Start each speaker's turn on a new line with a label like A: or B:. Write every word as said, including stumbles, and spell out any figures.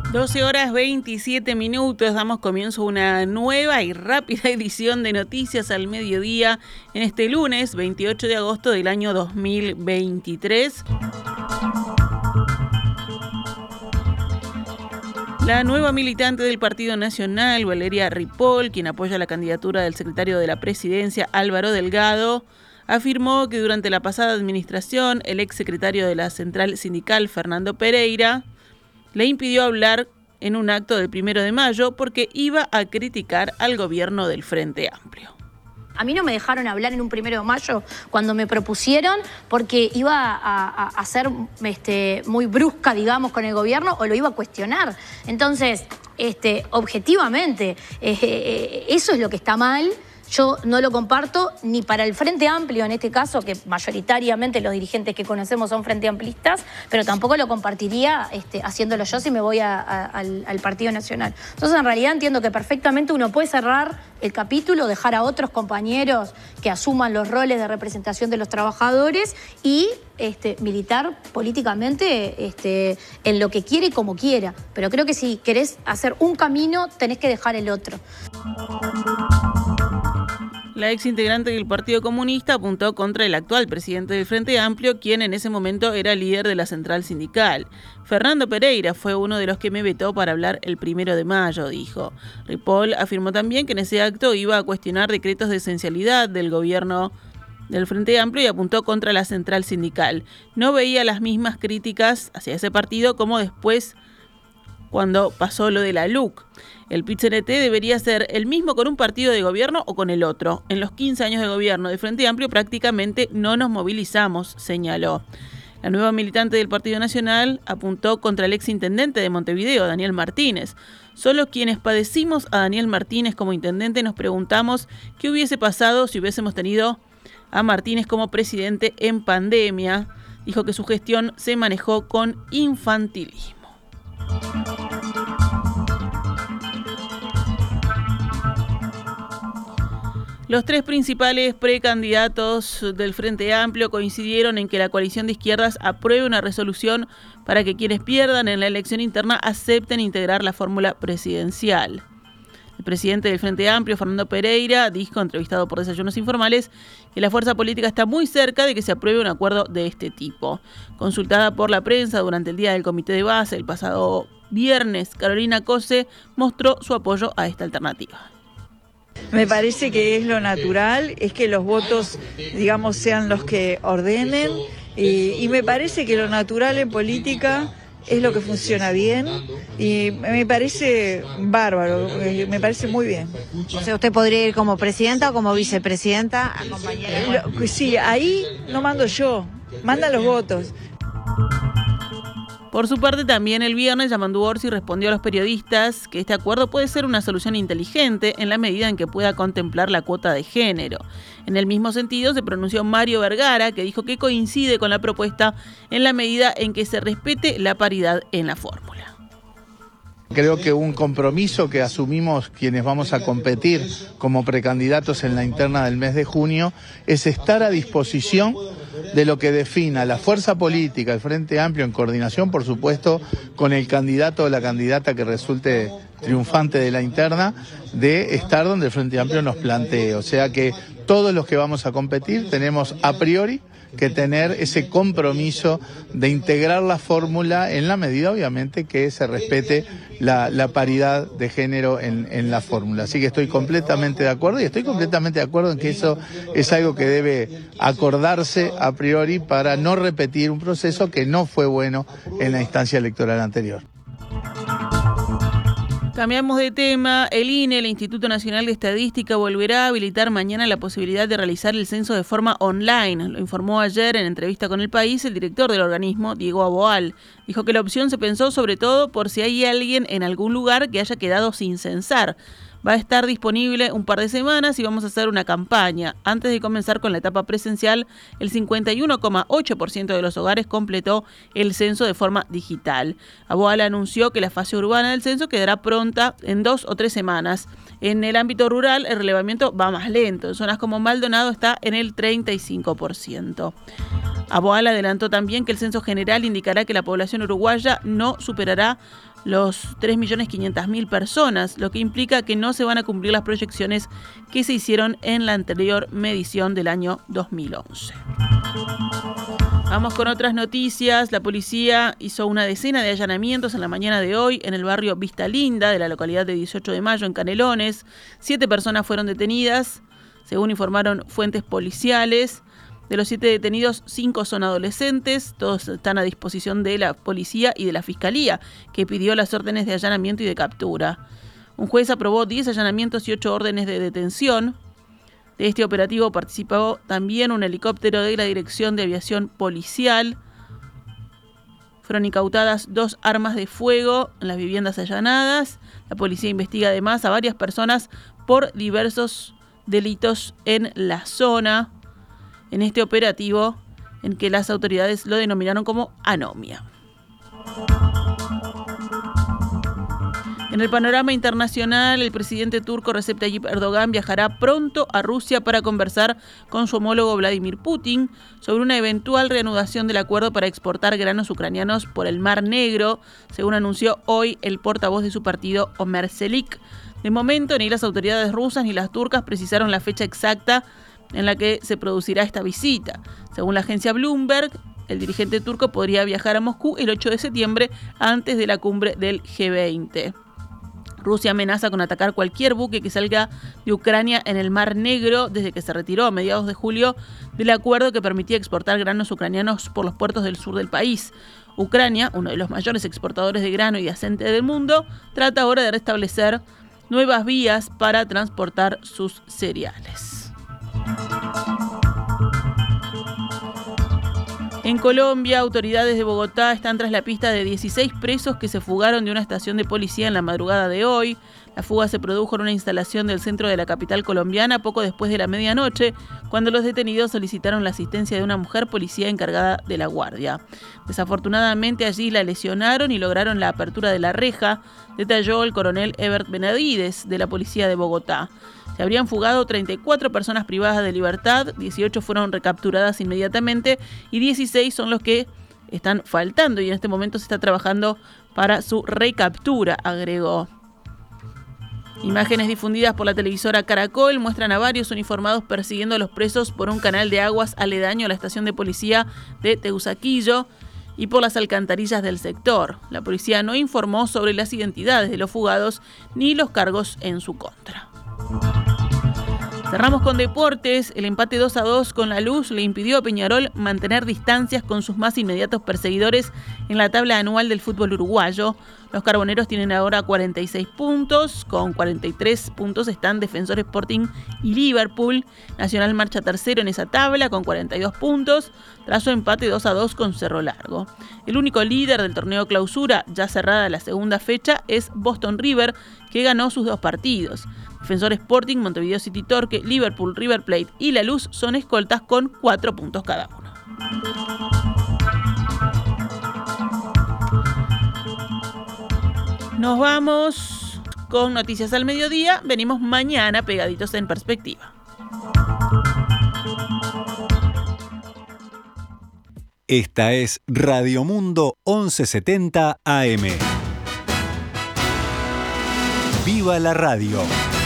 A: doce horas veintisiete minutos, damos comienzo a una nueva y rápida edición de Noticias al Mediodía en este lunes veintiocho de agosto del año dos mil veintitrés. La nueva militante del Partido Nacional, Valeria Ripoll, quien apoya la candidatura del secretario de la Presidencia, Álvaro Delgado, afirmó que durante la pasada administración, el exsecretario de la Central Sindical, Fernando Pereira, le impidió hablar en un acto del primero de mayo porque iba a criticar al gobierno del Frente Amplio.
B: A mí no me dejaron hablar en un primero de mayo cuando me propusieron porque iba a, a, a ser este, muy brusca, digamos, con el gobierno o lo iba a cuestionar. Entonces, este, objetivamente, eh, eh, eso es lo que está mal. Yo no lo comparto ni para el Frente Amplio, en este caso, que mayoritariamente los dirigentes que conocemos son Frente Amplistas, pero tampoco lo compartiría este, haciéndolo yo si me voy a, a, al, al Partido Nacional. Entonces, en realidad entiendo que perfectamente uno puede cerrar el capítulo, dejar a otros compañeros que asuman los roles de representación de los trabajadores y este, militar políticamente este, en lo que quiere y como quiera. Pero creo que si querés hacer un camino, tenés que dejar el otro.
A: La ex integrante del Partido Comunista apuntó contra el actual presidente del Frente Amplio, quien en ese momento era líder de la central sindical. Fernando Pereira fue uno de los que me vetó para hablar el primero de mayo, dijo. Ripoll afirmó también que en ese acto iba a cuestionar decretos de esencialidad del gobierno del Frente Amplio y apuntó contra la central sindical. No veía las mismas críticas hacia ese partido como después cuando pasó lo de la L U C. El P I T C N T debería ser el mismo con un partido de gobierno o con el otro. En los quince años de gobierno del Frente Amplio prácticamente no nos movilizamos, señaló. La nueva militante del Partido Nacional apuntó contra el exintendente de Montevideo, Daniel Martínez. Solo quienes padecimos a Daniel Martínez como intendente nos preguntamos qué hubiese pasado si hubiésemos tenido a Martínez como presidente en pandemia. Dijo que su gestión se manejó con infantilismo. Los tres principales precandidatos del Frente Amplio coincidieron en que la coalición de izquierdas apruebe una resolución para que quienes pierdan en la elección interna acepten integrar la fórmula presidencial. El presidente del Frente Amplio, Fernando Pereira, dijo, entrevistado por Desayunos Informales, que la fuerza política está muy cerca de que se apruebe un acuerdo de este tipo. Consultada por la prensa durante el día del comité de base el pasado viernes, Carolina Cose mostró su apoyo a esta alternativa.
C: Me parece que es lo natural, es que los votos, digamos, sean los que ordenen y, y me parece que lo natural en política es lo que funciona bien y me parece bárbaro, me parece muy bien.
D: O sea, ¿usted podría ir como presidenta o como vicepresidenta?
C: Lo, sí, ahí no mando yo, mandan los votos.
A: Por su parte, también el viernes, Yamandu Orsi respondió a los periodistas que este acuerdo puede ser una solución inteligente en la medida en que pueda contemplar la cuota de género. En el mismo sentido, se pronunció Mario Vergara, que dijo que coincide con la propuesta en la medida en que se respete la paridad en la fórmula.
E: Creo que un compromiso que asumimos quienes vamos a competir como precandidatos en la interna del mes de junio es estar a disposición de lo que defina la fuerza política, el Frente Amplio, en coordinación, por supuesto, con el candidato o la candidata que resulte triunfante de la interna, de estar donde el Frente Amplio nos plantee. O sea que todos los que vamos a competir tenemos a priori que tener ese compromiso de integrar la fórmula en la medida, obviamente, que se respete la, la paridad de género en, en la fórmula. Así que estoy completamente de acuerdo y estoy completamente de acuerdo en que eso es algo que debe acordarse a priori para no repetir un proceso que no fue bueno en la instancia electoral anterior.
A: Cambiamos de tema. El I N E, el Instituto Nacional de Estadística, volverá a habilitar mañana la posibilidad de realizar el censo de forma online. Lo informó ayer en entrevista con El País el director del organismo, Diego Aboal. Dijo que la opción se pensó sobre todo por si hay alguien en algún lugar que haya quedado sin censar. Va a estar disponible un par de semanas y vamos a hacer una campaña. Antes de comenzar con la etapa presencial, el cincuenta y uno coma ocho por ciento de los hogares completó el censo de forma digital. Aboal anunció que la fase urbana del censo quedará pronta en dos o tres semanas. En el ámbito rural, el relevamiento va más lento. En zonas como Maldonado está en el treinta y cinco por ciento. Aboal adelantó también que el censo general indicará que la población uruguaya no superará los tres millones quinientas mil personas, lo que implica que no se van a cumplir las proyecciones que se hicieron en la anterior medición del año dos mil once. Vamos con otras noticias. La policía hizo una decena de allanamientos en la mañana de hoy en el barrio Vista Linda de la localidad de dieciocho de mayo en Canelones. Siete personas fueron detenidas, según informaron fuentes policiales. De los siete detenidos, cinco son adolescentes, todos están a disposición de la policía y de la fiscalía, que pidió las órdenes de allanamiento y de captura. Un juez aprobó diez allanamientos y ocho órdenes de detención. De este operativo participó también un helicóptero de la Dirección de Aviación Policial. Fueron incautadas dos armas de fuego en las viviendas allanadas. La policía investiga además a varias personas por diversos delitos en la zona, en este operativo en que las autoridades lo denominaron como anomia. En el panorama internacional, el presidente turco Recep Tayyip Erdogan viajará pronto a Rusia para conversar con su homólogo Vladimir Putin sobre una eventual reanudación del acuerdo para exportar granos ucranianos por el Mar Negro, según anunció hoy el portavoz de su partido, Ömer Çelik. De momento, ni las autoridades rusas ni las turcas precisaron la fecha exacta en la que se producirá esta visita. Según la agencia Bloomberg, el dirigente turco podría viajar a Moscú el ocho de septiembre antes de la cumbre del G veinte. Rusia amenaza con atacar cualquier buque que salga de Ucrania en el Mar Negro desde que se retiró a mediados de julio del acuerdo que permitía exportar granos ucranianos por los puertos del sur del país. Ucrania, uno de los mayores exportadores de grano y de aceite del mundo, trata ahora de restablecer nuevas vías para transportar sus cereales. En Colombia, autoridades de Bogotá están tras la pista de dieciséis presos que se fugaron de una estación de policía en la madrugada de hoy. La fuga se produjo en una instalación del centro de la capital colombiana poco después de la medianoche, cuando los detenidos solicitaron la asistencia de una mujer policía encargada de la guardia. Desafortunadamente allí la lesionaron y lograron la apertura de la reja, detalló el coronel Ebert Benavides de la policía de Bogotá. Se habrían fugado treinta y cuatro personas privadas de libertad, dieciocho fueron recapturadas inmediatamente y dieciséis son los que están faltando y en este momento se está trabajando para su recaptura, agregó. Imágenes difundidas por la televisora Caracol muestran a varios uniformados persiguiendo a los presos por un canal de aguas aledaño a la estación de policía de Teusaquillo y por las alcantarillas del sector. La policía no informó sobre las identidades de los fugados ni los cargos en su contra. Cerramos con deportes. El empate dos a dos con La Luz le impidió a Peñarol mantener distancias con sus más inmediatos perseguidores en la tabla anual del fútbol uruguayo. Los carboneros tienen ahora cuarenta y seis puntos, con cuarenta y tres puntos están Defensor Sporting y Liverpool. Nacional marcha tercero en esa tabla con cuarenta y dos puntos, tras su empate dos a dos con Cerro Largo. El único líder del torneo clausura, ya cerrada la segunda fecha, es Boston River, que ganó sus dos partidos. Defensor Sporting, Montevideo City Torque, Liverpool, River Plate y La Luz son escoltas con cuatro puntos cada uno. Nos vamos con Noticias al Mediodía. Venimos mañana pegaditos en Perspectiva.
F: Esta es Radio Mundo once setenta A M. ¡Viva la radio!